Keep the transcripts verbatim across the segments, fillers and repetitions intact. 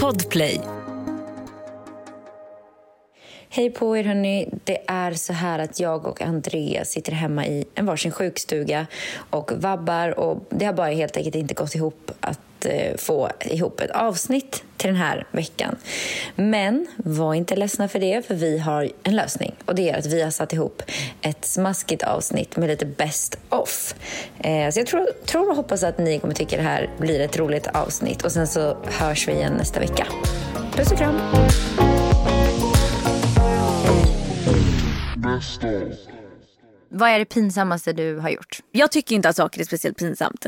Podplay. Hej på er hörni, det är så här att jag och Andrea sitter hemma i en varsin sjukstuga och vabbar och det har bara helt enkelt inte gått ihop att eh, få ihop ett avsnitt till den här veckan. Men var inte ledsna för det, för vi har en lösning och det är att vi har satt ihop ett smaskigt avsnitt med lite best of. Eh, så jag tror, tror och hoppas att ni kommer tycka det här blir ett roligt avsnitt och sen så hörs vi igen nästa vecka. Puss och kram! Vad är det pinsammaste du har gjort? Jag tycker inte att saker är speciellt pinsamt. Eh,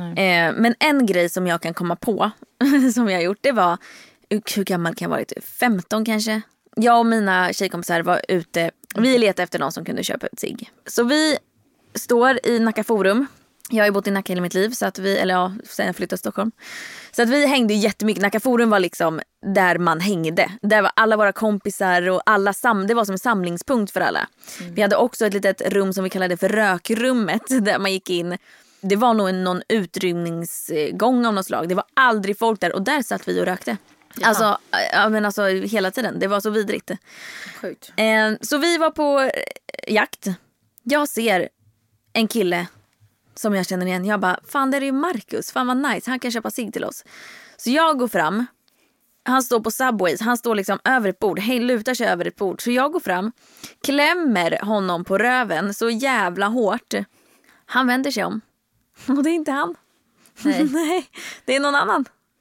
men en grej som jag kan komma på som jag har gjort, det var, hur gammal kan jag varit? femton kanske. Jag och mina tjejkompisar var ute. Vi letade efter någon som kunde köpa ett cigg. Så vi står i Nacka Forum. Jag har ju bott i Nacka hela mitt liv, så att vi, eller ja, sen jag flyttade till Stockholm. Så att vi hängde jättemycket. Nacka Forum var liksom där man hängde. Där var alla våra kompisar och alla sam, det var som en samlingspunkt för alla. Mm. Vi hade också ett litet rum som vi kallade för rökrummet, där man gick in. Det var nog en, någon utrymningsgång av något slag. Det var aldrig folk där och där satt vi och rökte. Ja. Alltså, ja, men alltså hela tiden. Det var så vidrigt. Sjukt. Eh, så vi var på jakt. Jag ser en kille som jag känner igen. Jag bara, fan det är ju Marcus. Fan vad nice, han kan köpa cigg till oss. Så jag går fram. Han står på Subways. Han står liksom över ett bord. Hej, lutar sig över ett bord. Så jag går fram. Klämmer honom på röven så jävla hårt. Han vänder sig om. Och det är inte han. Nej, Nej det är någon annan.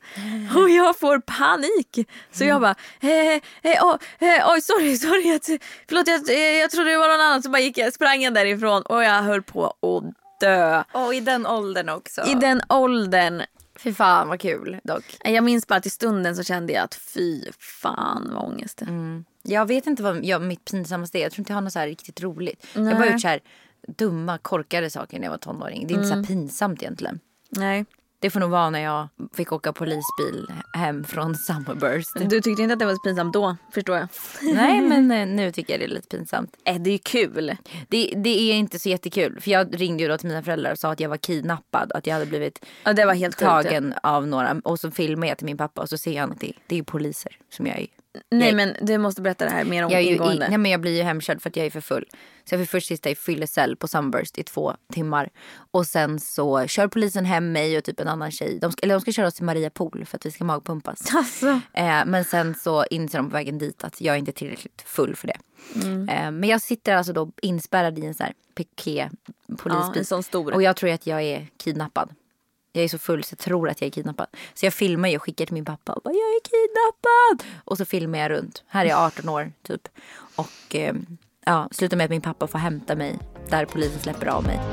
Och jag får panik. Så jag bara eh, eh, oh, eh, Oj, sorry, sorry jag, Förlåt, jag, jag trodde det var någon annan. Så bara gick jag, sprang jag därifrån. Och jag höll på att dö. Och i den åldern också. I den åldern. Fy fan vad kul dock. Jag minns bara att i stunden så kände jag att fy fan vad ångest. Mm. Jag vet inte vad jag, mitt pinsammaste är. Jag tror inte jag har något så här riktigt roligt. Nej. Jag har bara gjort så här dumma, korkade saker när jag var tonåring. Det är inte Mm. så här pinsamt egentligen. Nej. Det får nog vara när jag fick åka polisbil hem från Summerburst. Du tyckte inte att det var pinsamt då, förstår jag. Nej, men nu tycker jag det är lite pinsamt. Äh, det är ju kul. Det, det är inte så jättekul. För jag ringde ju då till mina föräldrar och sa att jag var kidnappad. Att jag hade blivit ja, det var helt tagen sjukt. Av några. Och så filmade jag till min pappa och så ser han att det, det är poliser som jag är. Nej, jag, men du måste berätta det här mer om jag är ingående. I, nej, men jag blir ju hemkörd för att jag är för full. Så jag fick först sitta i fyllecell på Sunburst i två timmar. Och sen så kör polisen hem mig och typ en annan tjej. De ska, eller de ska köra oss till Maria Pool för att vi ska magpumpas. Alltså. Eh, men sen så inser de på vägen dit att jag inte är tillräckligt full för det. Mm. Eh, men jag sitter alltså då inspärrad i en så här piké polisbil. Ja, en sån stor. Och jag tror att jag är kidnappad. Jag är så full så jag tror att jag är kidnappad. Så jag filmar ju och skickar till min pappa och bara, jag är kidnappad. Och så filmar jag runt. Här är jag arton år typ. Och eh, ja, slutar med att min pappa får hämta mig där polisen släpper av mig.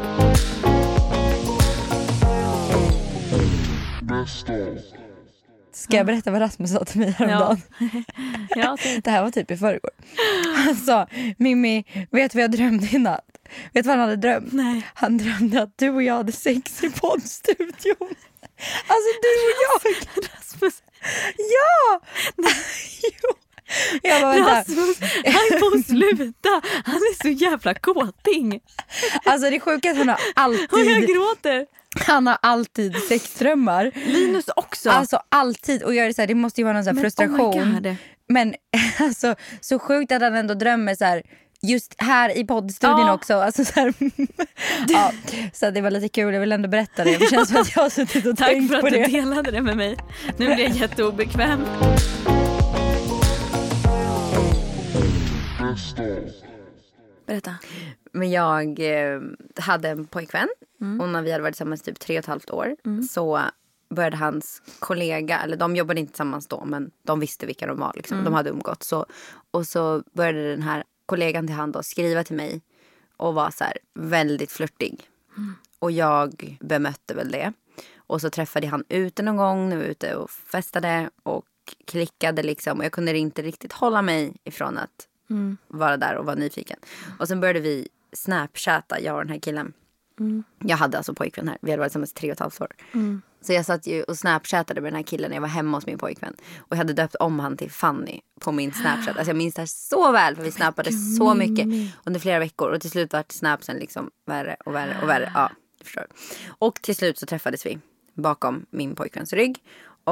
Ska jag berätta vad Rasmus sa till mig häromdagen? Ja. Ja, det här var typ i förrgår. Han sa, Mimmi, vet du vad jag drömde i natt? Vet du vad han hade drömt? Nej. Han drömde att du och jag hade sex i poddstudion. Alltså du och jag. Rasmus. Ja! Jo. Jag bara, vänta. Rasmus, han får sluta. Han är så jävla kåting. Alltså det sjuka är att han har alltid... Och jag gråter. Han har alltid sexdrömmar. Linus också. Alltså alltid. Och jag är så här, det måste ju vara någon så här men, frustration. Oh men alltså så sjukt att han ändå drömmer så här. Just här i poddstudion ja. också alltså så, här, ja, så det var lite kul, jag vill ändå berätta det. Det känns som att jag har suttit och tack tänkt på det. Tack för att du delade det med mig. Nu blir jag jätteobekväm. Berätta. Men jag eh, hade en pojkvän mm. och när vi hade varit tillsammans typ tre och ett halvt år mm. så började hans kollega, eller de jobbade inte tillsammans då men de visste vilka de var liksom. Mm. De hade umgått så, och så började den här kollegan till han då skriva till mig och var så här väldigt flörtig. Mm. Och jag bemötte väl det. Och så träffade han ute någon gång, nu var ute och festade och klickade liksom. Och jag kunde inte riktigt hålla mig ifrån att mm. vara där och vara nyfiken. Och sen började vi snapchatta, jag och den här killen. Mm. Jag hade alltså pojkvän här, vi hade varit tillsammans i tre och ett halvt år. Mm. Så jag satt ju och snapchattade med den här killen när jag var hemma hos min pojkvän. Och jag hade döpt om han till Fanny på min snapchat. Alltså jag minns det här så väl för vi snappade så mycket under flera veckor. Och till slut var snapsen liksom värre och värre och värre. Ja, jag förstår. Och till slut så träffades vi bakom min pojkväns rygg. Och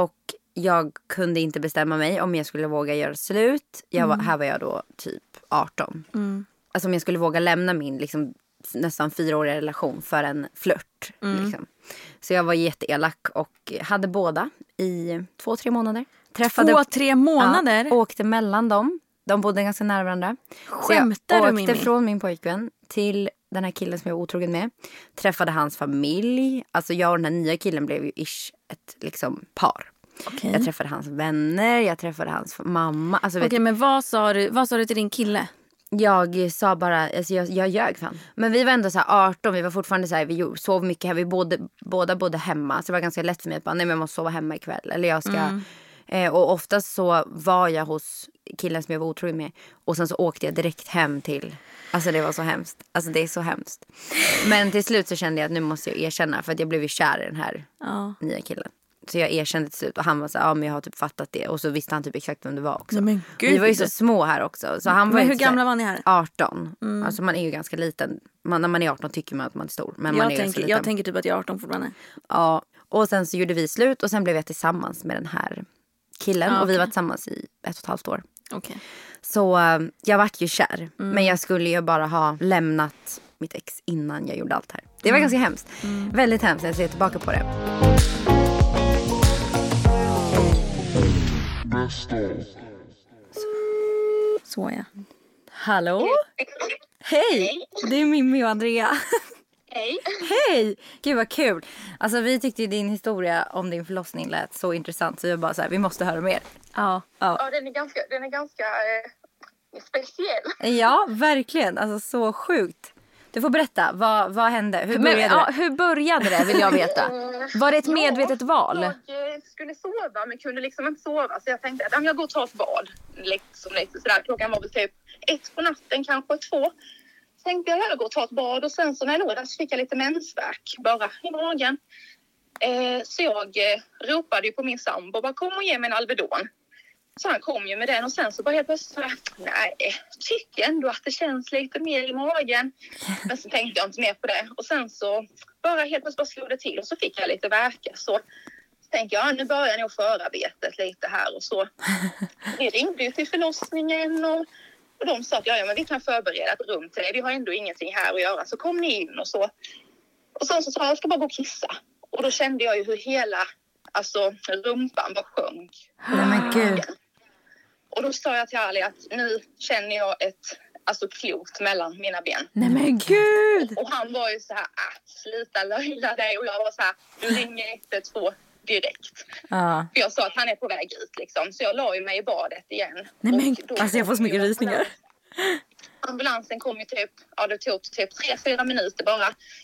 jag kunde inte bestämma mig om jag skulle våga göra slut. Jag var, mm. Här var jag då typ arton. Mm. Alltså om jag skulle våga lämna min liksom, nästan fyraåriga relation för en flört. Mm. Liksom. Så jag var jätteelak och hade båda i två, tre månader. Träffade, två, tre månader? Ja, åkte mellan dem. De bodde ganska nära varandra. Skämtar så jag du, åkte Mimi? från min pojkvän till den här killen som jag var otrogen med. Träffade hans familj. Alltså jag och den här nya killen blev ju ish ett liksom par. Okay. Jag träffade hans vänner, jag träffade hans mamma. Alltså, Okej, okay, men vad sa, du, vad sa du till din kille? Jag sa bara, alltså jag, jag ljög fan. Men vi var ändå så här arton, vi var fortfarande så här, vi sov mycket här. Vi bodde, båda bodde hemma, så det var ganska lätt för mig att bara, nej men jag måste sova hemma ikväll. Eller jag ska... Mm. Eh, och oftast så var jag hos killen som jag var otrogen med. Och sen så åkte jag direkt hem till... Alltså det var så hemskt. Alltså det är så hemskt. Men till slut så kände jag att nu måste jag erkänna. För att jag blev ju kär i den här ja. nya killen. Så jag erkände till slut. Och han var så här, ja men jag har typ fattat det. Och så visste han typ exakt vem det var också. Men Gud. Vi var ju så små här också. Så han var men ju hur gamla var ni här? arton. Mm. Alltså man är ju ganska liten. Man, när man är arton tycker man att man är stor. Men jag, man är tänker, jag tänker typ att jag är arton fortfarande. Ja. Och sen så gjorde vi slut. Och sen blev jag tillsammans med den här killen. Ah, okay. Och vi var tillsammans i ett och ett halvt år. Okay. Så uh, jag vart ju kär. Mm. Men jag skulle ju bara ha lämnat mitt ex innan jag gjorde allt här. Det var mm. ganska hemskt. Mm. Väldigt hemskt när jag ser tillbaka på det. Så ja. Hallå? Hej! Det är Mimmi och Andrea. Hej. Hej! Gud vad kul. Alltså vi tyckte ju din historia om din förlossning lät så intressant. Så jag bara så här, vi måste höra mer. Ja, ja. ja den är ganska, den är ganska eh, speciell. Ja, verkligen. Alltså så sjukt. Du får berätta, vad, vad hände? Hur började men, det? Ja, hur började det vill jag veta. Var det ett medvetet ja, val? Jag skulle sova men kunde liksom inte sova. Så jag tänkte att jag går och tar ett bad. Liksom lite sådär. Klockan var väl typ ett på natten, kanske två. Så tänkte jag att jag går och tar ett bad. Och sen så när jag låg där så fick jag lite mensvärk bara i magen. Eh, så jag eh, ropade ju på min sambo. Bara kom och ge mig en Alvedon. Så han kom ju med den och sen så bara helt plötsligt nej, tycker ändå att det känns lite mer i magen. Men så tänkte jag inte mer på det. Och sen så bara helt plötsligt bara slog det till och så fick jag lite värka. Så, så tänkte jag, ja, nu börjar nog förarbetet lite här och så. Vi ringde ju till förlossningen och, och de sa att ja, ja, men vi kan förbereda ett rum till dig. Vi har ändå ingenting här att göra så kom ni in och så. Och sen så sa jag, jag ska bara gå och kissa. Och då kände jag ju hur hela alltså, rumpan bara sjönk. Nej men gud. Och då sa jag till Ali att nu känner jag ett alltså, klot mellan mina ben. Nej men gud! Och han var ju så här, att sluta löjla dig. Och jag var så här, du ringer ett ett två direkt. Ja. För jag sa att han är på väg ut liksom. Så jag la ju mig i badet igen. Nej men alltså jag får så mycket rysningar. Ambulansen kom ju typ, ja det tog typ tre, fyra minuter bara.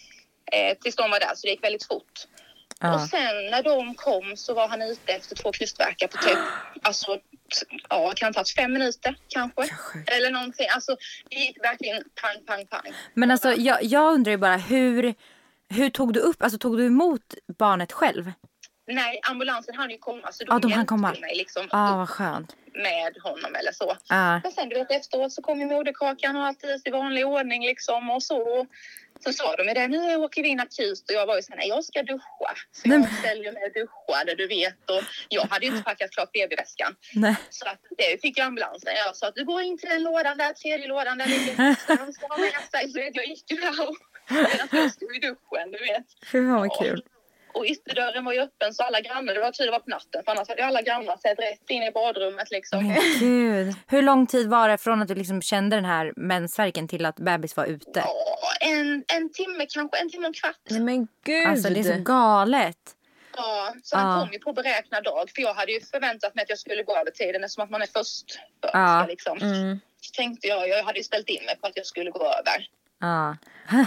Eh, tills de var där så det gick väldigt fort. Ja. Och sen när de kom så var han ute efter två krystvärkar på typ, alltså, ja, kan ta fem minuter kanske. Eller någonting. Alltså, det gick verkligen pang, pang, pang. Men alltså, jag, jag undrar ju bara, hur, hur tog du upp, alltså tog du emot barnet själv? Nej, ambulansen hann ju komma. Så de ja, de hann komma. Mig liksom. Ja, ah, vad skönt. Med honom eller så. Ah. Men sen du vet efteråt så kom ju moderkakan och allt i vanlig ordning liksom och så. Så sa de med det, nu åker vi in akut och jag var ju så här, nej jag ska duscha. Så jag ställde mig och duschade, du vet. Och jag hade ju inte packat klart babyväskan. Nej. Så att det fick ju ambulansen. Jag sa att du går in till den lådan där, tredje lådan där ligger. Han ska ha med sig. Så jag gick ju där och jag stod i duschen, du vet. Fy vad ja. Kul. Och ytterdörren var ju öppen så alla grannar, det var tid det var på natten. För annars hade ju alla grannar sett rätt in i badrummet liksom. Men gud. Hur lång tid var det från att du liksom kände den här mensvärken till att bebis var ute? Ja, en, en timme kanske, en timme och en kvart. Nej men gud. Alltså det är så galet. Ja, så han ja. kom ju på beräknad dag. För jag hade ju förväntat mig att jag skulle gå över tiden eftersom att man är först. Ja. Liksom. Mm. Så tänkte jag, jag hade ju ställt in mig på att jag skulle gå över. Ja.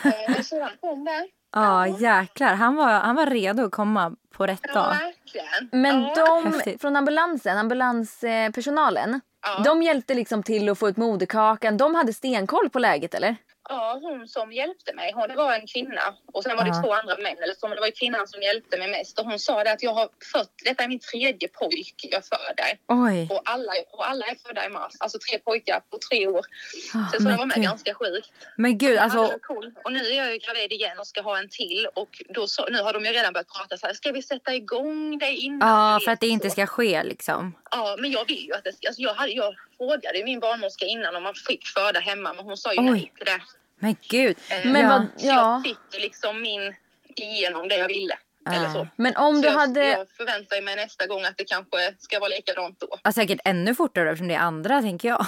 Så han kom där. Ja, jäklar. Han var, han var redo att komma på rätt ja, dag. Verkligen. Men ja. de Häftigt. från ambulansen, ambulanspersonalen, ja. de hjälpte liksom till att få ut moderkakan. De hade stenkoll på läget, eller? Ja, hon som hjälpte mig, hon det var en kvinna och sen var det Ja. två andra män. Eller som, det var ju kvinnan som hjälpte mig mest och hon sa det att jag har fött, detta är min tredje pojk jag föder. Oj. Och alla, och alla är födda i mars, alltså tre pojkar på tre år. Ah, Så, så men det var med gud. ganska sjukt. Men gud, Ja, alltså... det var cool. Och nu är jag ju gravid igen och ska ha en till och då så, nu har de ju redan börjat prata så här, ska vi sätta igång det innan? Ja, vi för vet att det inte så? ska ske liksom. Ja, men jag vill ju att det ska, alltså jag, hade, jag frågade min barnmorska innan om man fick föda hemma men hon sa ju Oj. nej till det. Men gud. Eh, Men ja. vad, Så ja. jag fick liksom min igenom det jag ville. Eller så. Men om Så du jag, hade... jag förväntar mig nästa gång att det kanske ska vara likadant då. Ja, säkert ännu fortare eftersom det är andra, tänker jag.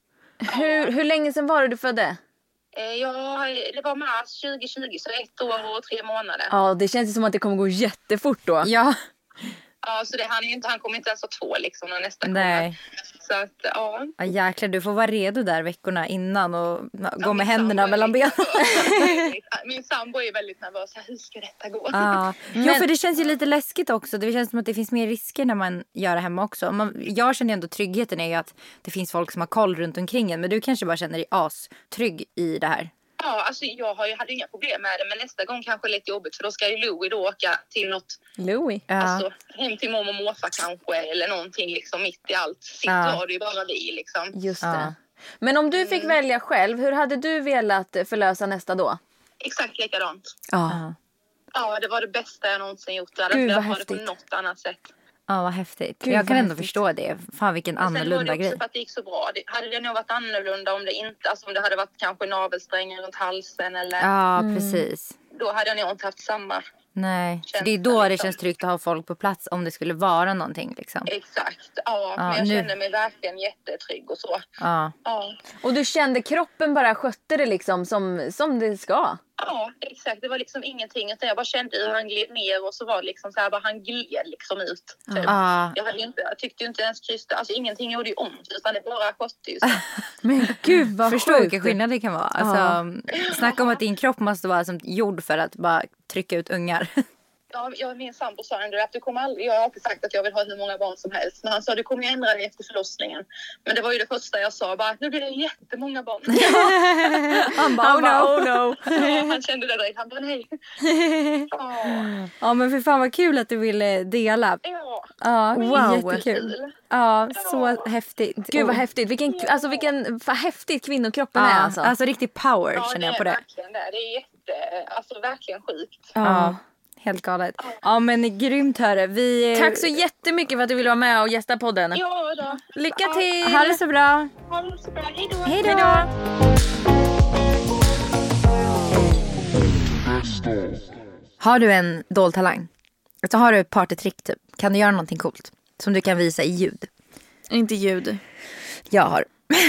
Hur, hur länge sedan var det du födde? Eh, ja, det var mars tjugo tjugo så ett år och tre månader. Ja, det känns ju som att det kommer gå jättefort då. Ja. Ja, så det, han, är ju inte, han kommer inte ens ha två liksom när nästa Nej. kommer. Så att, ja. Ja, jäklar, du får vara redo där veckorna innan och gå Ja, med min händerna sambo är mellan benen. lite nervös. Min sambo är väldigt nervös. Hur ska detta gå? Ja. Jo, för det känns ju lite läskigt också. Det känns som att det finns mer risker när man gör det hemma också. Man, jag känner ändå tryggheten är ju att det finns folk som har koll runt omkring en. Men du kanske bara känner dig astrygg i det här. Ja, alltså jag har ju, hade inga problem med det. Men nästa gång kanske lite jobbigt. För då ska ju Louie då åka till något, Louie. Ja. alltså hem till mormor och morfar kanske. Eller någonting liksom mitt i allt. Sitt Ja. var det ju bara vi liksom. Just det. Ja. Men om du fick välja själv, hur hade du velat förlösa nästa då? Exakt likadant. Ja. Ja, det var det bästa jag någonsin gjort. Jag hade Gud, inte vad velat ha det på häftigt. något annat sätt. Ja, vad häftigt. Gud, jag vad kan ändå häftigt. förstå det. Fan, vilken Sen var annorlunda det också grej. för att det gick så bra. Det, hade det nog varit annorlunda om det inte, alltså om det hade varit kanske navelsträngen runt halsen eller Ja, precis. då hade jag nog inte haft samma. Nej, för Känsla, det är då det liksom. känns tryggt att ha folk på plats om det skulle vara någonting liksom. Exakt, ja. Ja, men jag nu- kände mig verkligen jättetrygg och så. Ja. Ja, Och du kände kroppen bara skötte det liksom som, som det ska? ja exakt. Det var liksom ingenting. Utan jag bara kände hur han gled ner och så var det liksom så här, bara han gled liksom ut. Typ. Ja. Jag, hade ju inte, jag tyckte ju inte ens krysta, alltså ingenting gjorde ju ont utan det bara skötte ju så. Men gud vad Förstå vilken skillnad det kan vara. Alltså, snacka om att din kropp måste vara som gjord för att bara trycka ut ungar. Ja, jag, min sambo sa ändå att du kommer aldrig, jag har alltid sagt att jag vill ha hur många barn som helst. Men han sa du kommer ju ändra dig efter förlossningen. Men det var ju det första jag sa, bara nu blir det jättemånga barn. Han bara, Oh no, oh no. Ja, han kände det direkt, han bara nej. Ja, Ja, men för fan vad kul att du ville dela. ja. Ja, Wow. jättekul. Ja, så häftigt. Gud vad häftigt. Vilken, alltså vilken vad häftigt kvinnokroppen Ja, är alltså. alltså. alltså riktigt power Ja, känner det jag är på det. verkligen det. Det är jätte, alltså verkligen sjukt. Ja, helt galet. Ja, men grymt hörre. Vi... Tack så jättemycket för att du ville vara med och gästa podden. Ja då. Lycka till! Ha det så bra. Ha det så bra. Hej då. Hej då. Har du en dold talang? Alltså har du ett partytrick typ? Kan du göra någonting coolt? Som du kan visa i ljud? Inte ljud. Jag har.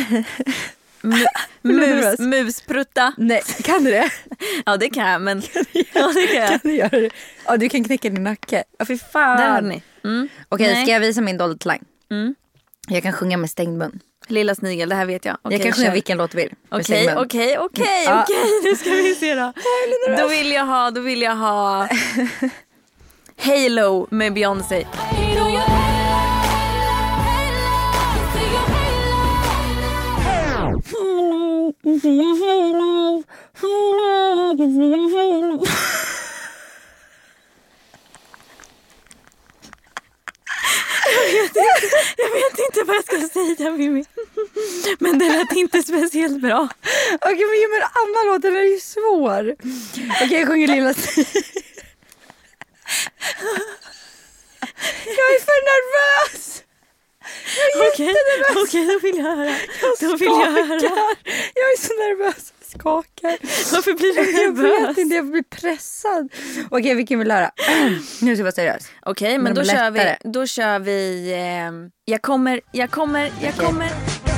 Mus, musprutta. Nej, kan du det? Ja det kan jag men... Ja det kan jag. Kan du göra det? Ja, du kan knäcka din nacke. Ja, fy fan. Där har ni. Mm. Okej, Nej. ska jag visa min dolda talang? Mm. Jag kan sjunga med stängd mun. Lilla snigel, det här vet jag. Okej, jag kan sjunga kör. vilken låt du vill. med Okej, stängd mun. okej, okej, Ja. okej. Nu ska vi se då. Då vill jag ha, då vill jag ha Halo med Beyoncé. Jag vet inte vad jag ska säga, Mimmi. Men det lät inte speciellt bra. Okej, men ge mig en annan låt, den är ju svår. Okej, jag sjunger Lilla Snigel. Jag är för nervös. Okej, okej, då vill jag höra. Då vill jag höra. Jag är så nervös. Jag skakar. Varför blir du Jag vet nervös? inte, jag blir pressad. Okej, vilken vill du höra? Nu ska jag vara seriös. Okej, men, Men då, det kör blir vi, lättare. då kör vi eh, Jag kommer, jag kommer, jag Okej. kommer.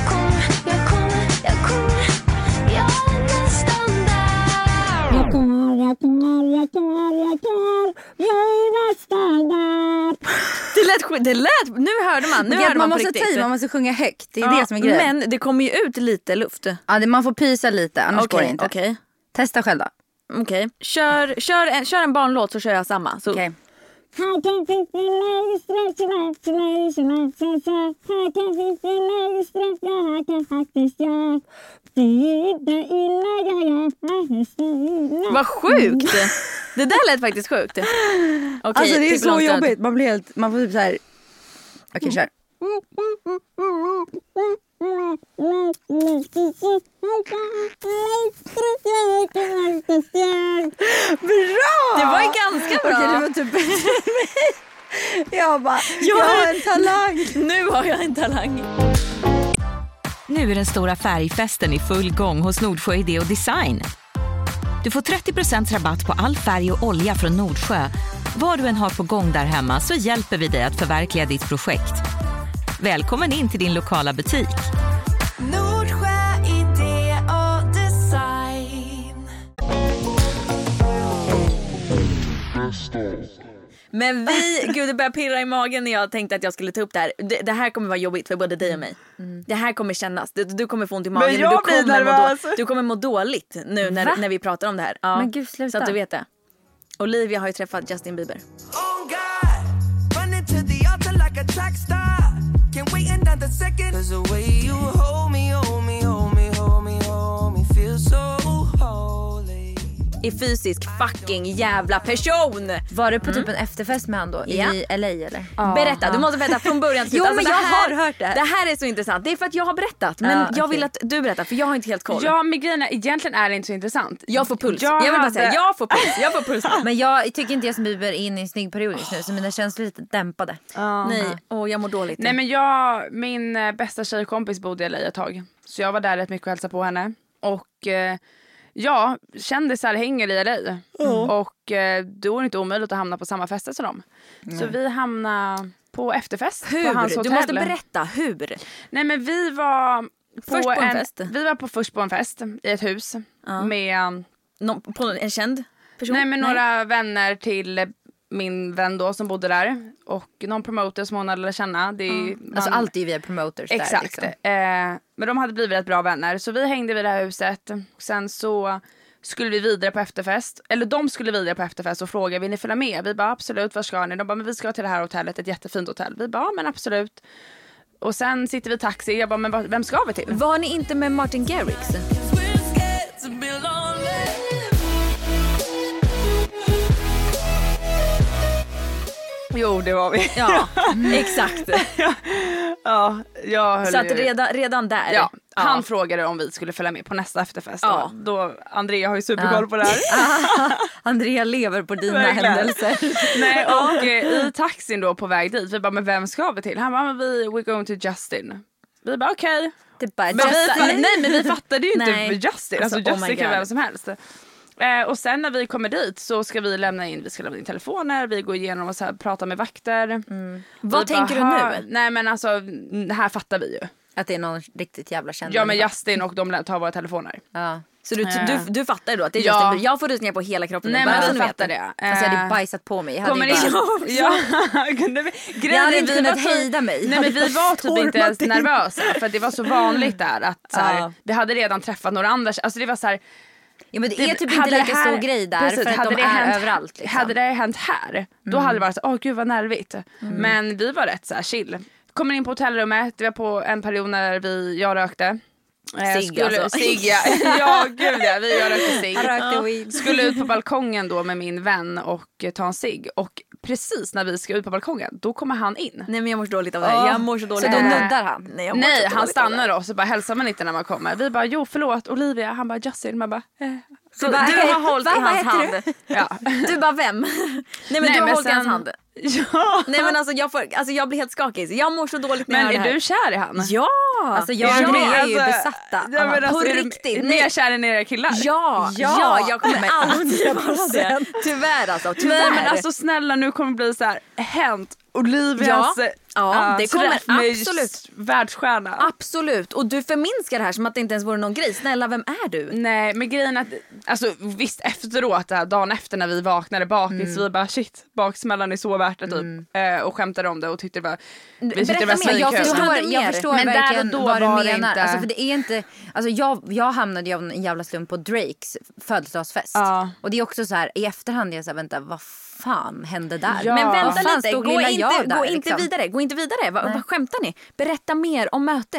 Det lät, skit- det lät, nu hörde man, nu Okej, hörde man man på måste ta riktigt. i, man måste sjunga högt. Det är Ja, det som är grejen. men det kommer ju ut lite luft. Ja, det, man får pysa lite, annars går det Okej, inte. okej. Testa själv då. Okej. Kör, kör, en, kör en barnlåt så kör jag samma. Så. Okej. Vad sjukt. Det där lät faktiskt sjukt. Okej, Alltså det är så Pippi jobbigt. Man blir helt, man får typ så här. Okej, kör. Bra! Det var ju ganska bra. Okej, det var typ jag bara, jag har en talang. Nu har jag en talang. Nu är den stora färgfesten i full gång hos Nordsjö Idé och Design. Du får trettio procent rabatt på all färg och olja från Nordsjö. Vad du än har på gång där hemma så hjälper vi dig att förverkliga ditt projekt. Välkommen in till din lokala butik. Nordsjö Idé och Design. Men vi, gud det börjar pirra i magen när jag tänkte att jag skulle ta upp det här. Det, det här kommer vara jobbigt för både dig och mig. Mm. Det här kommer kännas, du, du kommer få ont i magen. Men jag du, blir kommer må nervös. då, du kommer må dåligt nu när, när vi pratar om det här. Ja. Men gud, sluta. Så att du vet det. Olivia har ju träffat Justin Bieber. Oh God, running to the altar like a track star. Can't wait another second. 'Cause the way you hold me, hold me, hold me, hold me, hold me, feel so holy. I fysisk fucking jävla person. Var du på typ en efterfest med han då? Ja. I L A eller? Berätta, du måste berätta från början till slut. Jo, men det jag här, har hört det här. Det här är så intressant. Det är för att jag har berättat. Men Ja, jag okej. vill att du berättar för jag har inte helt koll. Ja, men grejen är, egentligen är det inte så intressant. Jag får puls. Jag Jag, vill bara hade- säga, jag får puls. Jag får puls. Men jag tycker inte Justin Bieber är inne i en snygg period just nu. Så mina känslor är lite dämpade. Nej, och jag mår dåligt. Nej, men jag, min eh, bästa tjejkompis bodde i L A ett tag. Så jag var där rätt mycket och hälsade på henne. Och eh, ja, kändisar hänger i L A. Mm. Och eh, då är det inte omöjligt att hamna på samma fester som dem. Så vi hamnade på efterfest på hans hur? hotell. Du måste berätta hur. Nej, men vi var på, Först på en en fest? Vi var på, först på en fest i ett hus. Med, Nå, på en känd person? nej, med några vänner till min vän då som bodde där. Och någon promoter som hon hade lärt känna. Det är, Alltså man- allt är ju via promoters Exakt. där liksom. eh, men de hade blivit rätt bra vänner. Så vi hängde vid det här huset. Sen så skulle vi vidare på efterfest. Eller de skulle vidare på efterfest och frågade, vill ni följa med? Vi bara, absolut, var ska ni? De bara, men vi ska till det här hotellet, ett jättefint hotell. Vi bara, men absolut. Och sen sitter vi i taxi. Jag bara, men vad- vem ska vi till? Var ni inte med Martin Garrix? We're scared to be lonely. Jo, det var vi. Ja, exakt. Ja, jag höll Så att ju- redan, redan där. Ja, han frågade om vi skulle följa med på nästa efterfest. Ja. Då, då Andrea har ju superkoll på det här. Andrea lever på dina Verkligen. händelser. Nej, och eh, i taxin då på väg dit, vi bara, men vem ska vi till? Han bara, men vi, we're going to Justin. Vi bara, okej. Okay. Det bara, Men vi, Justin. nej, men vi fattade ju inte Nej. Justin. Alltså, Alltså, oh Justin my kan God. vem som helst. Eh, och sen när vi kommer dit så ska vi lämna in, vi ska lämna in telefoner, vi går igenom och så här, pratar med vakter. Mm. Vad Vi tänker bara, du "Ha." nu? Nej, men alltså, det här fattar vi ju. Att det är någon riktigt jävla känd Ja, men människa. Justin och de tar våra telefoner. Ja. Så du, du, du fattar då att det är Ja. Justin Bieber. Jag får rysningar på hela kroppen. Nej, bara men så vi ni fattar vet. det. Alltså jag hade Eh, bajsat på mig. Jag hade Kommer ju in. bara, Ja, kunde vi, jag hade är, inte vi var kunnat så- hejda mig. Nej, men vi var typ inte ens stormat in. nervösa. För det var så vanligt där att så här, Ja. vi hade redan träffat några andra. Alltså det var så här, Ja, men det, det- är typ hade inte det lika här- stor grej där precis, för att hade de det är hänt, överallt. Liksom. Hade det hänt här, då hade det varit så, åh gud vad nervigt. Men vi var rätt så här chill. Kommer in på hotellrummet, det var på en period när vi, jag rökte. Eh, Cigg, alltså. Cigg, ja. Ja, gud ja, vi jag rökte cigg. Han rökte weed. Skulle ut på balkongen då med min vän och eh, ta en cigg. Och precis när vi ska ut på balkongen, då kommer han in. Nej, men jag mår så dåligt av det här. Jag mår så dåligt Så då av det här. nuddar han. Nej, jag mår Nej, så han dåligt av det stannar oss och bara hälsar man inte när man kommer. Vi bara, jo förlåt, Olivia. Han bara, Justin. Man bara, eh. Så Du bara, du hej, har hållit va, i vad hans heter hand. Ja. Du bara, vem? Nej, men Nej, du har men hållit i hans sen- hand. Ja. Nej, men alltså jag, får, alltså jag blir helt skakig. Jag mår så dåligt när Men jag hör är det här. du kär i han? Ja! Alltså jag och Ja, Andrea är ju alltså, besatta. Ja, men alltså, På är du riktigt, mer nej. kär än era killar? Ja, ja, Ja, jag kommer men alltid vara hundra det. procent. Tyvärr alltså, tyvärr. Nej, men alltså snälla, nu kommer det bli så här hänt. Olivias Ja, ja, äh, det kommer träff med absolut. världsstjärna. Absolut, och du förminskar det här som att det inte ens vore någon grej. Snälla, vem är du? Nej, men grejen är att, alltså visst efteråt, där, dagen efter när vi vaknade bakis, Mm. vi bara shit, baksmällan är så värt det typ. Eh, och skämtade om det och tyckte det var, vi tyckte det var Berätta mer, jag svinkul. förstår- Jag hade förstår, jag mer. förstår Men där verkligen och då vad du var det menar. inte- Alltså, för det är inte, alltså, jag, jag hamnade ju av en jävla slump på Drakes födelsedagsfest. Ja. Och det är också så här, i efterhand är jag så här, vänta, vad fan hände där? Ja. Men Vad vänta fan lite, stod gå lilla inte, jag där, gå inte liksom? vidare, gå inte vidare. Va, vad skämtar ni? Berätta mer om mötet.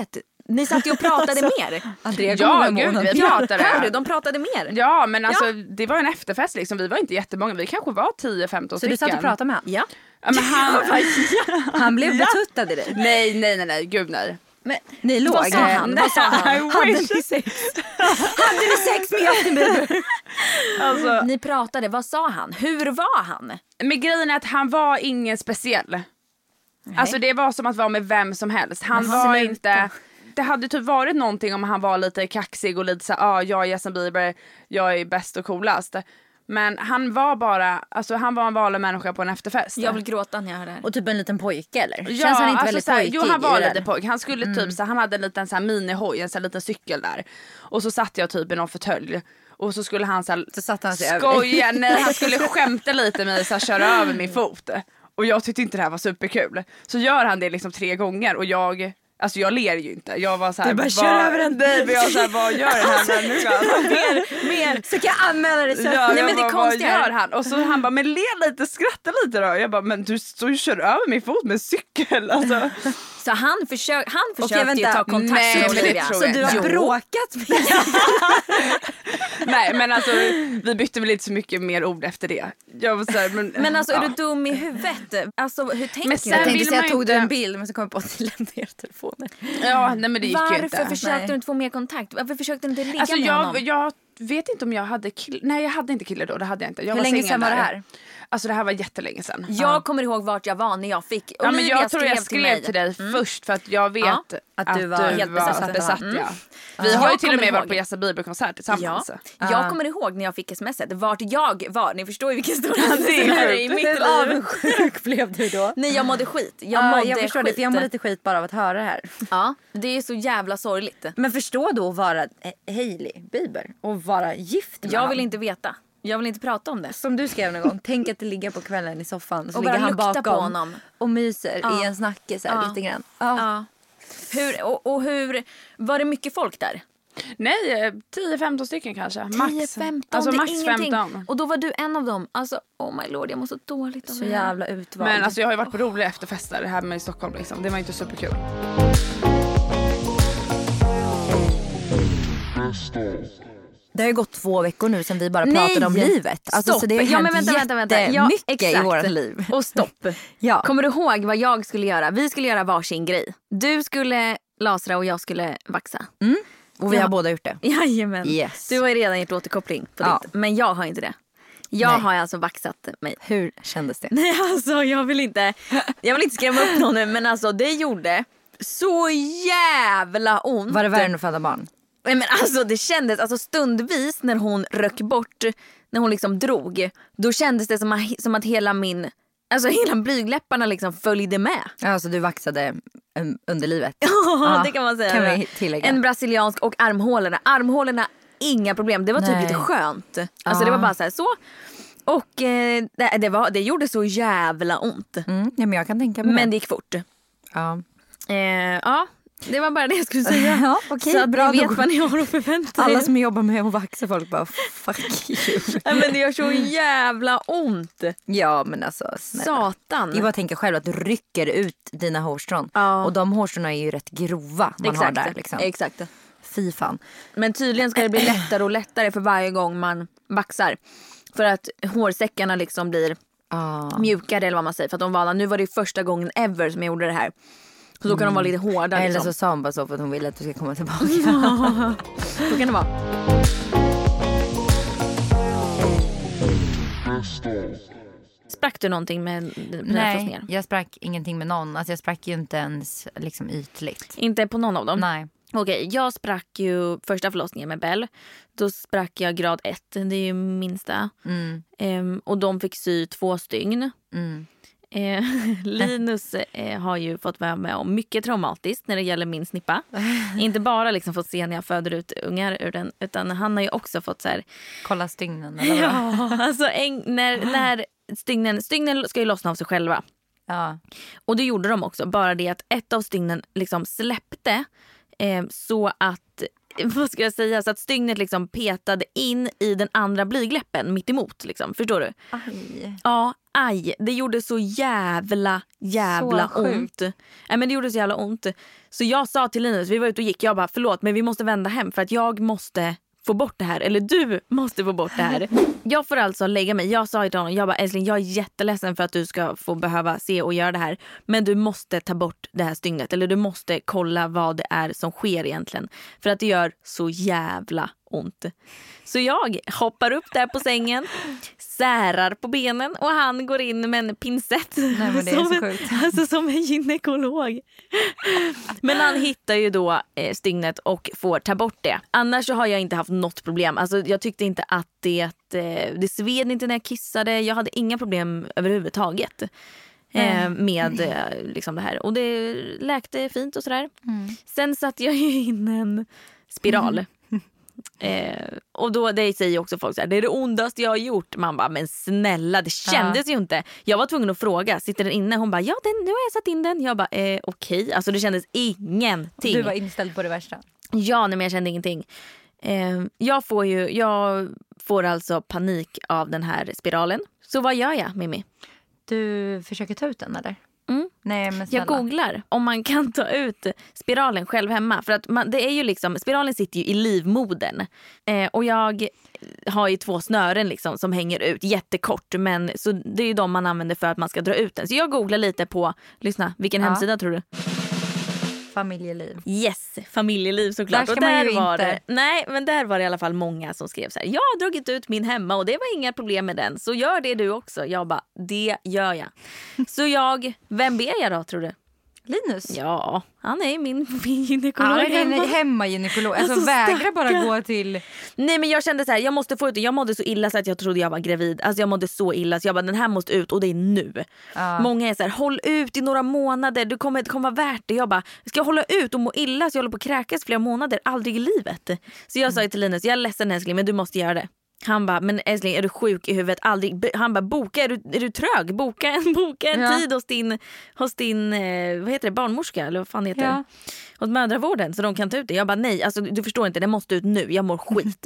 Ni satt ju och pratade Alltså, mer. Andrea Ja, gud, vi pratade. Hör du, de pratade mer. Ja, men alltså det var en efterfest liksom. Vi var inte jättemånga, vi kanske var tio femton Så stycken. du satt och pratade med honom? Ja. Ja, men han... Han blev betuttad i dig? nej, nej, nej, nej, gud nej. Men, ni låg? Vad sa han? Vad sa han? Hade ni sex? Hade ni sex med Justin Bieber? Alltså, Ni pratade, vad sa han? Hur var han? men grejen är att han var ingen speciell. Alltså det var som att vara med vem som helst. Han Men var sluta. inte... Det hade typ varit någonting om han var lite kaxig och lite så ja ah, jag är Justin Bieber, jag är bäst och coolast. Men han var bara, alltså han var en vanlig människa på en efterfest. Jag vill gråta när jag hör det här. Och typ en liten pojke eller? Ja, Känns han inte alltså väldigt så här, pojkig? jo han var i det lite där? pojk. Han skulle Mm. typ så han hade en liten så här minihoj, en så här liten cykel där. Och så satt jag typ i någon fåtölj. Och så skulle han så här, Så satt han sig över dig. skoja, nej han skulle skämta lite med mig, så här, köra över min fot. Och jag tyckte inte det här var superkul. Så gör han det liksom tre gånger och jag, alltså jag ler ju inte. Jag var så här, Du bara, vad- kör över den. Nej, men jag så här, vad gör den här människan? mer, mer. Så kan jag anmäla dig. Så. Ja, Nej, jag men det är bara, vad konstigt här. gör han? Och så han bara, men le lite, skratta lite då. Jag bara, men du står ju och kör över min fot med cykel. Alltså. Så han, försök, han försökte Okej, ju vänta. ta kontakt Nej, med men det Olivia. tror Så jag du har inte. bråkat med Nej, men alltså vi bytte väl inte så mycket mer ord efter det. Jag var så här, men, Men alltså är ja. du dum i huvudet? Alltså hur tänker Men du? sen Jag tänkte vill säga, man tog inte- du en bild men så kom jag på att ni lämnade er telefoner. Ja, nej men det gick ju Varför inte. försökte Nej. du inte få mer kontakt? Varför försökte du inte ligga Alltså med jag, honom? jag vet inte om jag hade kille. Nej, jag hade inte kille då, det hade jag inte. Jag Hur var länge singel sedan var det där. här? Alltså det här var jättelänge sedan. Jag kommer ihåg vart jag var när jag fick. Ja, men Olivia jag tror jag till skrev mig. till dig först för att jag vet Ja, att du var helt besatt. besatt Mm. ja. Ja. Vi har Jag ju till och kommer med varit ihåg. på Justin Bieber-konsert Ja, tillsammans. jag kommer ihåg när jag fick smset vart jag var. Ni förstår ju vilken stor händelse det är det här är sjukt. i mitt Hur liv. avundsjuk blev du då? Nej, jag mådde skit. Jag Jag, mådde jag förstår skit. det, för jag mår lite skit bara av att höra det här. Ja, det är så jävla sorgligt. Men förstå då att vara eh, Hailey Bieber och vara gift med Jag han. vill inte veta. Jag vill inte prata om det. Som du skrev någon gång, tänk att det ligger på kvällen i soffan så Och ligger bara han lukta bakom på honom. och myser Ja. i en snacke så här, Ja. lite grann. Ja. Ja. Hur, och, och hur, var det mycket folk där? Nej, tio femton stycken kanske. Max. tio femton, Alltså det är max ingenting. femton. Och då var du en av dem. Alltså, oh my lord, jag mår så dåligt av Så det här. jävla utvald. Men alltså jag har ju varit på roliga efterfester här med i Stockholm liksom. Det var inte superkul. Det har ju gått två veckor nu sedan vi bara Nej! pratade om livet. Alltså, Stopp. så det har Ja, hänt men vänta, vänta, vänta. Ja, jättemycket i exakt. vårt liv. Och stopp. Ja. Kommer du ihåg vad jag skulle göra? Vi skulle göra varsin grej. Du skulle lasra och jag skulle vaxa. Och vi Ja. har båda gjort det. Jajamän. Yes. Du har ju redan gjort återkoppling på Ja. ditt. Men jag har inte det. Jag Nej. har alltså vaxat mig. Hur kändes det? Nej, alltså jag vill inte Jag vill inte skrämma upp någon nu, men alltså det gjorde så jävla ont. Var det värre än att föda barn? Nej, men alltså det kändes alltså stundvis när hon rök bort, när hon liksom drog, då kändes det som att, som att hela min alltså hela blygläpparna liksom följde med. Alltså du vaxade um, underlivet. Ja, det kan man säga. Kan vi tillägga. En brasiliansk och armhålorna. Armhålorna, inga problem. Det var typ Nej. lite skönt. Alltså det var bara så här, så. Och eh, det, det, var, det gjorde så jävla ont. Mm, ja, men jag kan tänka mig Men det. det gick fort. Ja. Eh, ja, det var bara det jag skulle säga. Ja, okej, så att bra, ni då- vet vad ni har att förvänta er. Alla som jobbar med att vaxa folk bara fuck you. Nej, men det gör så jävla ont. Ja men alltså snälla. Satan. Jag bara tänker själv att du rycker ut dina hårstrån. Ja. Och de hårstråna är ju rätt grova man Exakt. har där liksom. Exakt. Fy fan. Men tydligen ska det bli lättare och lättare för varje gång man vaxar. För att hårsäckarna liksom blir Ah. mjukare eller vad man säger. För att de var, nu var det första gången ever som jag gjorde det här. Så då kan de vara lite hårda Eller liksom. så sa hon bara så för att hon ville att du ska komma tillbaka. Så kan det vara. Sprack du någonting med dina Nej, förlossningar? jag sprack ingenting med någon. Alltså jag sprack ju inte ens liksom ytligt. Inte på någon av dem? Nej. Okej, jag sprack ju första förlossningen med Bell. Då sprack jag grad ett, det är ju minsta. Mm. Ehm, och de fick sy två stygn. Mm. Eh, Linus eh, har ju fått vara med om mycket traumatiskt när det gäller min snippa. Inte bara liksom fått se när jag föder ut ungar ur den, utan han har ju också fått så här. Kolla stygnen eller vad? Ja, alltså en, när, när stygnen, stygnen ska ju lossna av sig själva. Ja. Och det gjorde de också. Bara det att ett av stygnen liksom släppte eh, så att vad ska jag säga, så att stygnet liksom petade in i den andra blygläppen mitt emot liksom. Förstår du? Aj. Ja, aj. Det gjorde så jävla jävla Så ont. Nej, men det gjorde så jävla ont. Så jag sa till Linus, vi var ute och gick, jag bara förlåt men vi måste vända hem för att jag måste få bort det här, eller du måste få bort det här. Jag får alltså lägga mig. Jag sa till honom, jag bara älskling, jag är jätteledsen för att du ska få behöva se och göra det här, men du måste ta bort det här stygnet, eller du måste kolla vad det är som sker egentligen, för att det gör så jävla ont. Så jag hoppar upp där på sängen, särar på benen och han går in med en pincett. Nej, men det är som, så sjukt. Alltså som en gynekolog. Men han hittar ju då eh, stygnet och får ta bort det. Annars så har jag inte haft något problem. Alltså jag tyckte inte att det, eh, det sved inte när jag kissade. Jag hade inga problem överhuvudtaget. Eh, med eh, liksom det här. Och det läkte fint och sådär. Mm. Sen satt jag ju in en spiral. Mm. Eh, och då det säger också folk så här, det är det ondaste jag har gjort. Man bara, men snälla, det kändes ja. ju inte. Jag var tvungen att fråga, sitter den inne? Hon bara, ja den, nu har jag satt in den. Jag bara, eh, okej, okay. Alltså det kändes ingenting. Du var inställd på det värsta. Ja, nej, men jag kände ingenting. eh, Jag får ju Jag får alltså panik av den här spiralen. Så vad gör jag, Mimmi? Du försöker ta ut den eller? Mm. Nej, men jag googlar om man kan ta ut spiralen själv hemma. För att man, det är ju liksom, spiralen sitter ju i livmodern. Eh, och jag har ju två snören liksom som hänger ut jättekort. Men så det är ju de man använder för att man ska dra ut den. Så jag googlar lite på, lyssna, vilken ja. hemsida tror du? Familjeliv. Yes, familjeliv såklart. Där och där var inte... det, nej, men där var det i alla fall många som skrev så här: jag har dragit ut min hemma och det var inga problem med den. Så gör det du också. Jag bara, det gör jag. Så jag, vem ber jag då tror du? Linus? Ja, han är min, min gynekolog. Han är hemma. hemma gynekolog. Alltså, alltså vägra bara gå till... Nej, men jag kände så här, jag måste få ut det. Jag mådde så illa så att jag trodde jag var gravid. Alltså jag mådde så illa så jag bara, den här måste ut och det är nu. Uh. Många är så här, håll ut i några månader. Du kommer, det kommer vara värt det. Jag bara, ska jag hålla ut och må illa så jag håller på att kräkas flera månader? Aldrig i livet. Så jag sa till Linus, jag är ledsen älskling men du måste göra det. Han bara, men älskling, är du sjuk i huvudet? Aldrig. Han bara, boka, är du, är du trög? Boka en, boka en ja. tid hos din, hos din eh, vad heter det, barnmorska? Eller vad fan heter ja. det? Hos mödravården, så de kan ta ut det. Jag bara, nej, alltså, du förstår inte, det måste ut nu. Jag mår skit.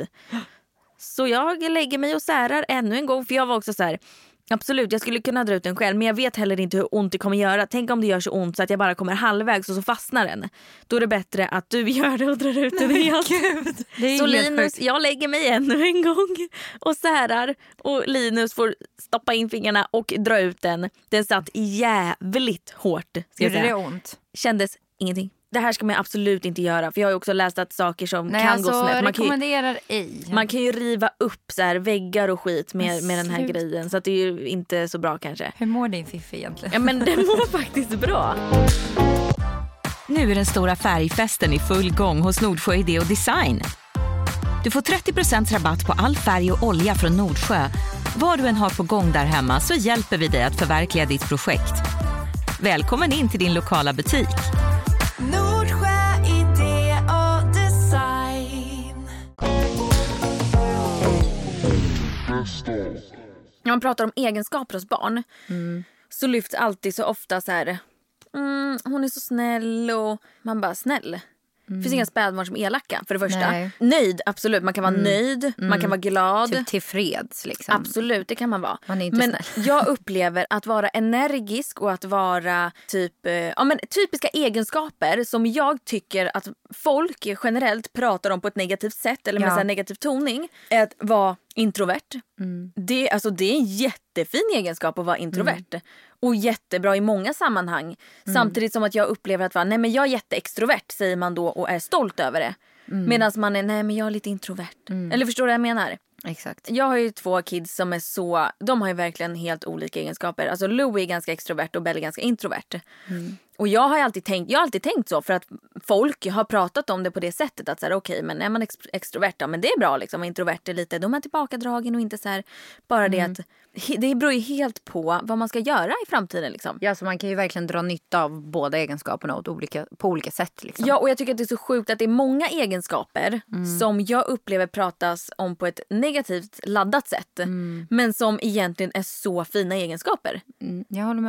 Så jag lägger mig och särar ännu en gång. För jag var också så här, absolut, jag skulle kunna dra ut den själv. Men jag vet heller inte hur ont det kommer göra. Tänk om det gör så ont så att jag bara kommer halvvägs och så fastnar den. Då är det bättre att du gör det och drar ut den helt. Så Linus, jag lägger mig ännu en gång och särar. Och Linus får stoppa in fingrarna och dra ut den. Den satt jävligt hårt. Gjorde det ont? Kändes ingenting. Det här ska man absolut inte göra. För jag har ju också läst att saker som Nej, kan alltså, gå snett. Man rekommenderar kan ju, ej. Man kan ju riva upp så här väggar och skit med, med den här grejen. Så att det är ju inte så bra kanske. Hur mår din fiffi egentligen? Ja, men det mår faktiskt bra. Nu är den stora färgfesten i full gång hos Nordsjö Idé och Design. Du får trettio procent rabatt på all färg och olja från Nordsjö. Vad du än har på gång där hemma så hjälper vi dig att förverkliga ditt projekt. Välkommen in till din lokala butik. Nordsjö Idé och Design. När man pratar om egenskaper hos barn mm. så lyfts alltid så ofta så här, mm, hon är så snäll och man bara snäll. Mm. Det finns inga spädbarn som är elaka för det första. Nej. Nöjd, absolut. Man kan vara mm. nöjd, mm. man kan vara glad. Typ tillfreds liksom. Absolut, det kan man vara. Man är inte men snäll. Jag upplever att vara energisk och att vara typ, eh, ja, men typiska egenskaper som jag tycker att folk generellt pratar om på ett negativt sätt eller med ja. så här negativ toning. Är att vara introvert. Mm. Det, alltså, det är en jättefin egenskap att vara introvert. Mm. Och jättebra i många sammanhang. Mm. Samtidigt som att jag upplever att vara, nej men jag är jätteextrovert säger man då och är stolt över det. Mm. Medan man är, nej men jag är lite introvert. Mm. Eller förstår du vad jag menar? Exakt. Jag har ju två kids som är så, de har ju verkligen helt olika egenskaper. Alltså Louie är ganska extrovert och Belle är ganska introvert. Mm. Och jag har alltid tänkt, jag har alltid tänkt så för att folk har pratat om det på det sättet att så här, okej, okay, men är man ex- extrovert ja, men det är bra liksom, introvert är lite, de är tillbakadragen och inte så här, bara det mm. att det beror ju helt på vad man ska göra i framtiden liksom. Ja, så man kan ju verkligen dra nytta av båda egenskaperna åt olika, på olika sätt liksom. Ja, och jag tycker att det är så sjukt att det är många egenskaper mm. som jag upplever pratas om på ett negativt laddat sätt. Mm. Men som egentligen är så fina egenskaper. Mm, jag håller med.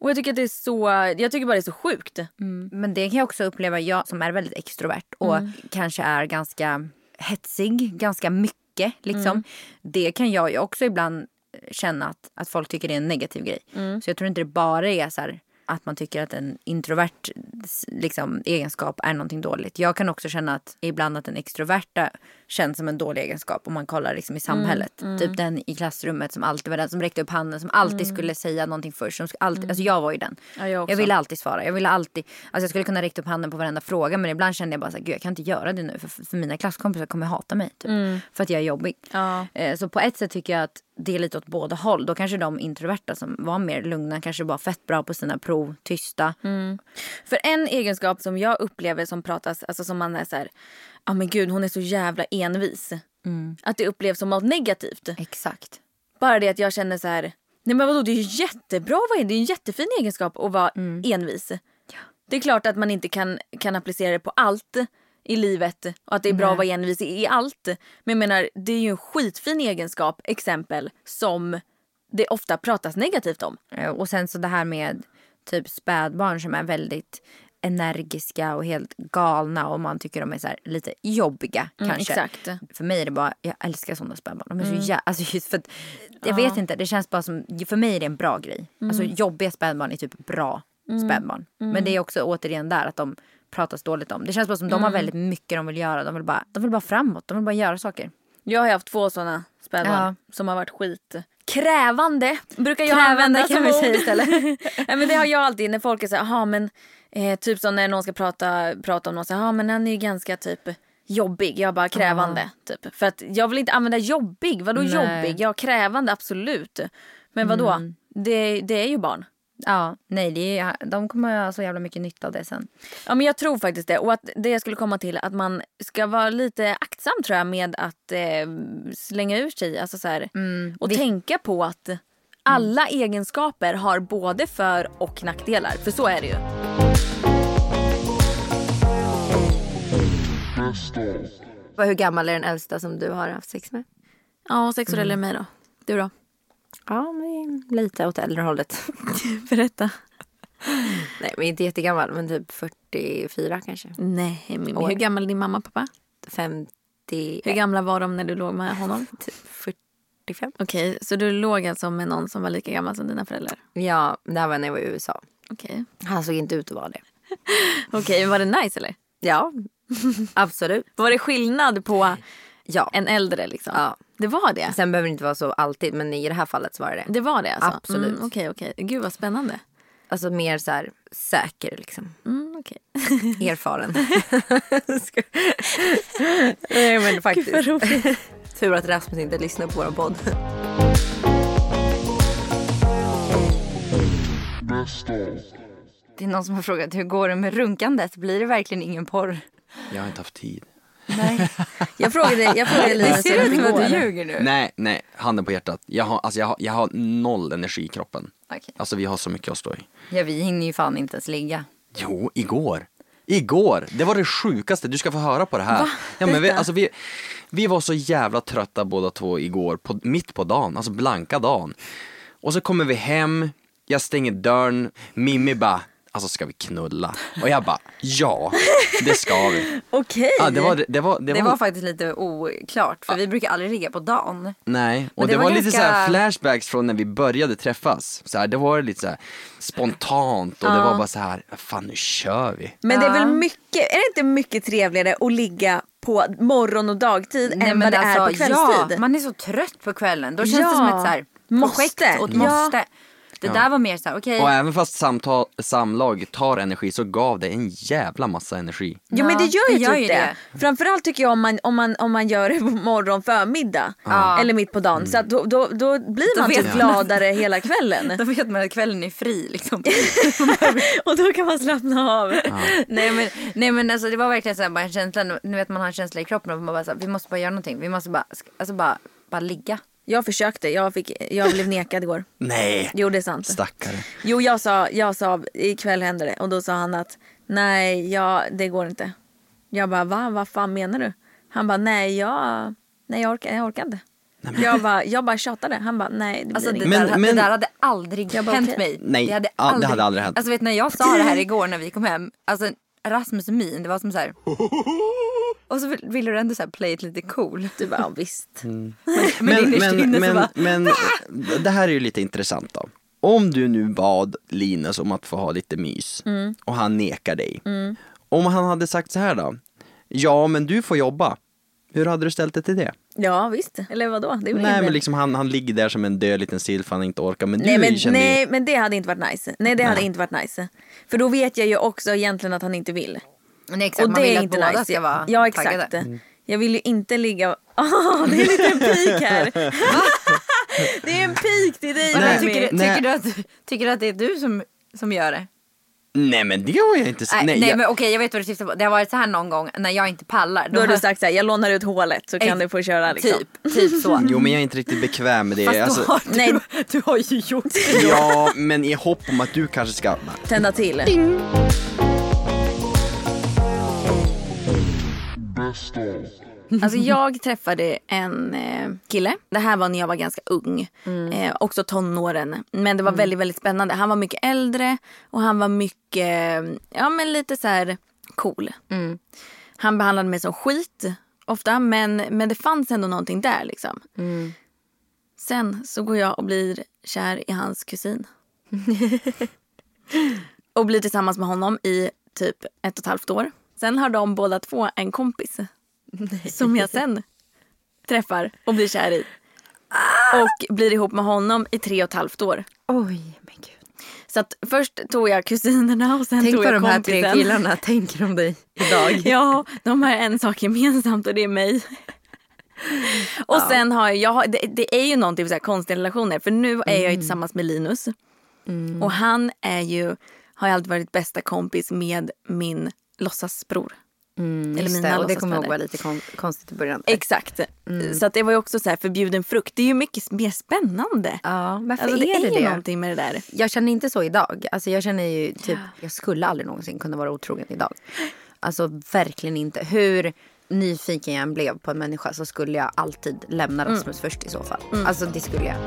Och jag tycker att det är så, jag tycker bara det är så sjukt. Mm. Men det kan jag också uppleva, jag som är väldigt extrovert och mm. kanske är ganska hetsig, ganska mycket liksom. Mm. Det kan jag ju också ibland känna att, att folk tycker det är en negativ grej. Mm. Så jag tror inte det bara är så här att man tycker att en introvert liksom, egenskap är någonting dåligt. Jag kan också känna att ibland att en extroverta känns som en dålig egenskap om man kollar liksom, i samhället. Mm, mm. Typ den i klassrummet som alltid var den som räckte upp handen, som alltid mm. skulle säga någonting först. Som alltid, mm. Alltså jag var ju den. Ja, jag, jag ville alltid svara. Jag ville alltid, alltså jag skulle kunna räcka upp handen på varenda fråga, men ibland kände jag bara så här, gud jag kan inte göra det nu för, för mina klasskompisar kommer hata mig. Typ, mm. För att jag är jobbig. Ja. Så på ett sätt tycker jag att det är lite åt båda håll. Då kanske de introverta som var mer lugna kanske var fett bra på sina prov, tysta. Mm. För en egenskap som jag upplever som pratas, alltså som man är så här, ja ah, men gud hon är så jävla envis. Mm. Att det upplevs som något negativt. Exakt. Bara det att jag känner så här, nej men vadå, det är ju jättebra, vad är det? Det är en jättefin egenskap att vara mm. envis. Ja. Det är klart att man inte kan, kan applicera det på allt i livet och att det är bra Nej. Att vara envis i allt. Men jag menar, det är ju en skitfin egenskap, exempel, som det ofta pratas negativt om. Och sen så det här med typ spädbarn som är väldigt energiska och helt galna och man tycker de är så här lite jobbiga mm, kanske. Exakt. För mig är det bara, jag älskar sådana spädbarn. De är mm. så jä- alltså just för att, jag ja. vet inte, det känns bara som, för mig är det en bra grej. Mm. Alltså jobbiga spädbarn är typ bra mm. spädbarn. Mm. Men det är också återigen där att de pratas dåligt om. Det känns bara som mm. de har väldigt mycket de vill göra. De vill bara, de vill bara framåt, de vill bara göra saker. Jag har haft två sådana spädbarn ja. som har varit skit. Krävande brukar jag Krävande använda kan vi säga istället. Nej, men det har jag alltid när folk är så här, aha, men eh, typ så när någon ska prata prata om någon så här, men han är ju ganska typ jobbig. Jag bara krävande uh. typ. För att jag vill inte använda jobbig. Vadå Nej. jobbig? Jag krävande absolut. Men vadå? Mm. Det det är ju barn. Ja, nej, det är, de kommer ha så jävla mycket nytta av det sen. Ja, men jag tror faktiskt det. Och att det jag skulle komma till att man ska vara lite aktsam tror jag med att eh, slänga ur sig. Alltså så här, mm. Och Vi... tänka på att alla mm. egenskaper har både för- och nackdelar. För så är det ju. Hur gammal är den äldsta som du har haft sex med? Ja, sex år mm. eller mig då. Du då? Ja, men lite åt äldre hållet. Berätta. Nej, men inte jättegammal, men typ fyrtiofyra kanske. Nej, men hur gammal är din mamma och pappa? femtio. Hur gamla var de när du låg med honom? Typ fyrtiofem. Okej, okay, så du låg alltså med någon som var lika gammal som dina föräldrar? Ja, det här var när jag var i U S A. Okej. Okay. Han såg inte ut att vara det. Okej, okay, var det nice eller? Ja, absolut. Var det skillnad på ja. en äldre liksom? Ja. Det var det? Sen behöver det inte vara så alltid, men i det här fallet så var det det. Det var det alltså? Absolut. Mm, okej, okej. Gud vad spännande. Alltså mer så här säker liksom. Mm, okej. Erfaren. Nej men faktiskt. Gud vad roligt. Tur att Rasmus inte lyssnar på vår podd. Det är någon som har frågat, hur går det med runkandet? Blir det verkligen ingen porr? Jag har inte haft tid. Nej. Jag frågade, jag frågade Lina. Det ser ut som att du ljuger nu. Nej, nej, handen på hjärtat. Jag har, alltså jag har, jag har noll energi i kroppen. Okay. Alltså vi har så mycket att stå i. Ja, vi hinner ju fan inte ens ligga. Jo, igår. Igår, det var det sjukaste. Du ska få höra på det här. Va? Ja, men vi, alltså vi, vi var så jävla trötta båda två igår. På, mitt på dagen, alltså blanka dagen. Och så kommer vi hem. Jag stänger dörren. Mimmi bara, alltså ska vi knulla? Och jag bara, ja, det ska vi. Okej. Ja, det, var, det, var, det, det var... var faktiskt lite oklart. För ja. vi brukar aldrig ligga på dagen. Nej, och det, det var, var ganska... lite så här flashbacks från när vi började träffas. Så här, det var lite så här spontant. Och ja. det var bara så här, fan nu kör vi. Men det är väl mycket, är det inte mycket trevligare att ligga på morgon och dagtid Nej, än vad det alltså, är på kvällstid? Ja, man är så trött på kvällen. Då känns ja. det som ett så här projekt och ett måste. Ja. Det där ja. var mer så här, okej. Okay. Och även fast samtal, samlag tar energi så gav det en jävla massa energi. Ja, ja men det gör ju, det gör ju det. det. Framförallt tycker jag om man, om man, om man gör det på morgon, förmiddag ja. eller mitt på dagen. Mm. Så att då, då, då blir man då typ gladare hela kvällen. Då vet man att kvällen är fri liksom. Och då kan man slappna av. Ja. nej, men, nej men alltså det var verkligen så här, bara en känsla. Nu vet man har en känsla i kroppen och man bara så här, vi måste bara göra någonting. Vi måste bara, alltså bara, bara ligga. Jag försökte, jag, fick, jag blev nekad igår. Nej. Jo, det är sant. Stackare. Jo, jag sa, jag sa ikväll händer det. Och då sa han att nej, jag, det går inte. Jag bara, va? Vad fan menar du? Han bara, nej, jag, nej, jag, orkar, jag orkar inte. Jag bara, jag bara tjatade. Han bara, nej det Alltså blir det, inte. Men- där, men- det där hade aldrig Jag bara, hänt okej. mig. Nej, det hade ja, aldrig, det hade aldrig hänt. Alltså vet när jag sa det här igår när vi kom hem. Alltså Rasmus min, det var som så här. Och så ville du ändå så här play it lite cool. Du bara, ja, visst. Men, Men, innerst men, inne så men, bara, men det här är ju lite intressant då. Om du nu bad Linus om att få ha lite mys Mm. och han nekar dig. Om han hade sagt så här då. Ja, men du får jobba. Hur hade du ställt det till det? Ja visst, eller vadå? Det är väl Nej, inget- men liksom han, han ligger där som en död liten sill för han inte orkar. Men Nej du men, känner ju- nej men det hade inte varit nice. Nej det hade inte varit nice. För då vet jag ju också egentligen att han inte vill. nej, exakt, Och man det vill är att inte båda nice. ska vara Ja exakt. taggade. Jag vill ju inte ligga... Åh, det är en liten pik här. Det är en pik till dig. Nej, Mimmi. Tycker, du, Nej. tycker, du att, tycker du att det är du som, som gör det? Nej, men det har jag inte sagt. Nej, nej jag... men okej, jag vet vad du syftar på. Det har varit så här någon gång när jag inte pallar. Då har du sagt så här, jag lånar ut hålet så kan Ex- du få köra liksom. Typ, typ så. Jo, men jag är inte riktigt bekväm med det. Fast Alltså, då har du, nej. du har ju gjort det. ja, men i hopp om att du kanske ska... Tända till. Alltså jag träffade en eh, kille. Det här var när jag var ganska ung. Eh, också tonåren. Men det var väldigt, väldigt spännande. Han var mycket äldre. Och han var mycket, ja men lite så här cool. Han behandlade mig som skit ofta. Men, men det fanns ändå någonting där liksom. Sen så går jag och blir kär i hans kusin. Och blir tillsammans med honom i typ ett och ett halvt år. Sen har de båda två en kompis. Som jag sen träffar och blir kär i. Och blir ihop med honom i tre och ett halvt år. Oj, men gud. Så att först tog jag kusinerna och sen Tänk tog vad jag de här kompisen. tre killarna tänker om dig idag. Ja, de har en sak gemensamt och det är mig. Och Ja. sen har jag, jag har, det, det är ju någonting så här konstiga relationer. För nu är jag ju tillsammans med Linus. Och han är ju, har ju alltid varit bästa kompis med min låtsasbror. Mm, Eller just mina det, och det kommer låtsasvänner. nog vara lite kon- konstigt i början. Exakt. Så att det var ju också så här förbjuden frukt. Det är ju mycket mer spännande. Ja, varför Alltså, är det är det ju det? någonting med det där. Jag känner inte så idag. Alltså jag känner ju typ, jag skulle aldrig någonsin kunna vara otrogen idag. Alltså verkligen inte. Hur nyfiken jag än blev på en människa så skulle jag alltid lämna Rasmus först i så fall. Alltså det skulle jag.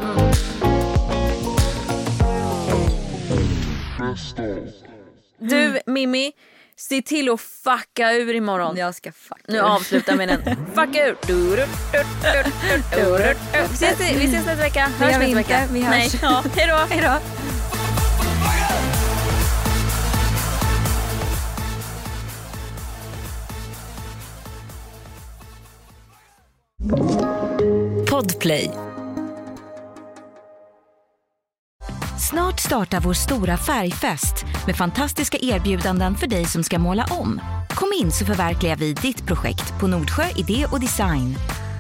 Du Mimmi, se till att fucka ur imorgon. Jag ska fucka. Nu avslutar vi den. Fucka ur. Du, du, du, du, du, du, du. Vi ses, vi ses nästa vecka. Hörs gör vi nästa inte. vecka. Vi hörs. Nej. Ja, hej då. Hej då. Podplay. Snart startar vår stora färgfest med fantastiska erbjudanden för dig som ska måla om. Kom in så förverkligar vi ditt projekt på Nordsjö Idé och Design.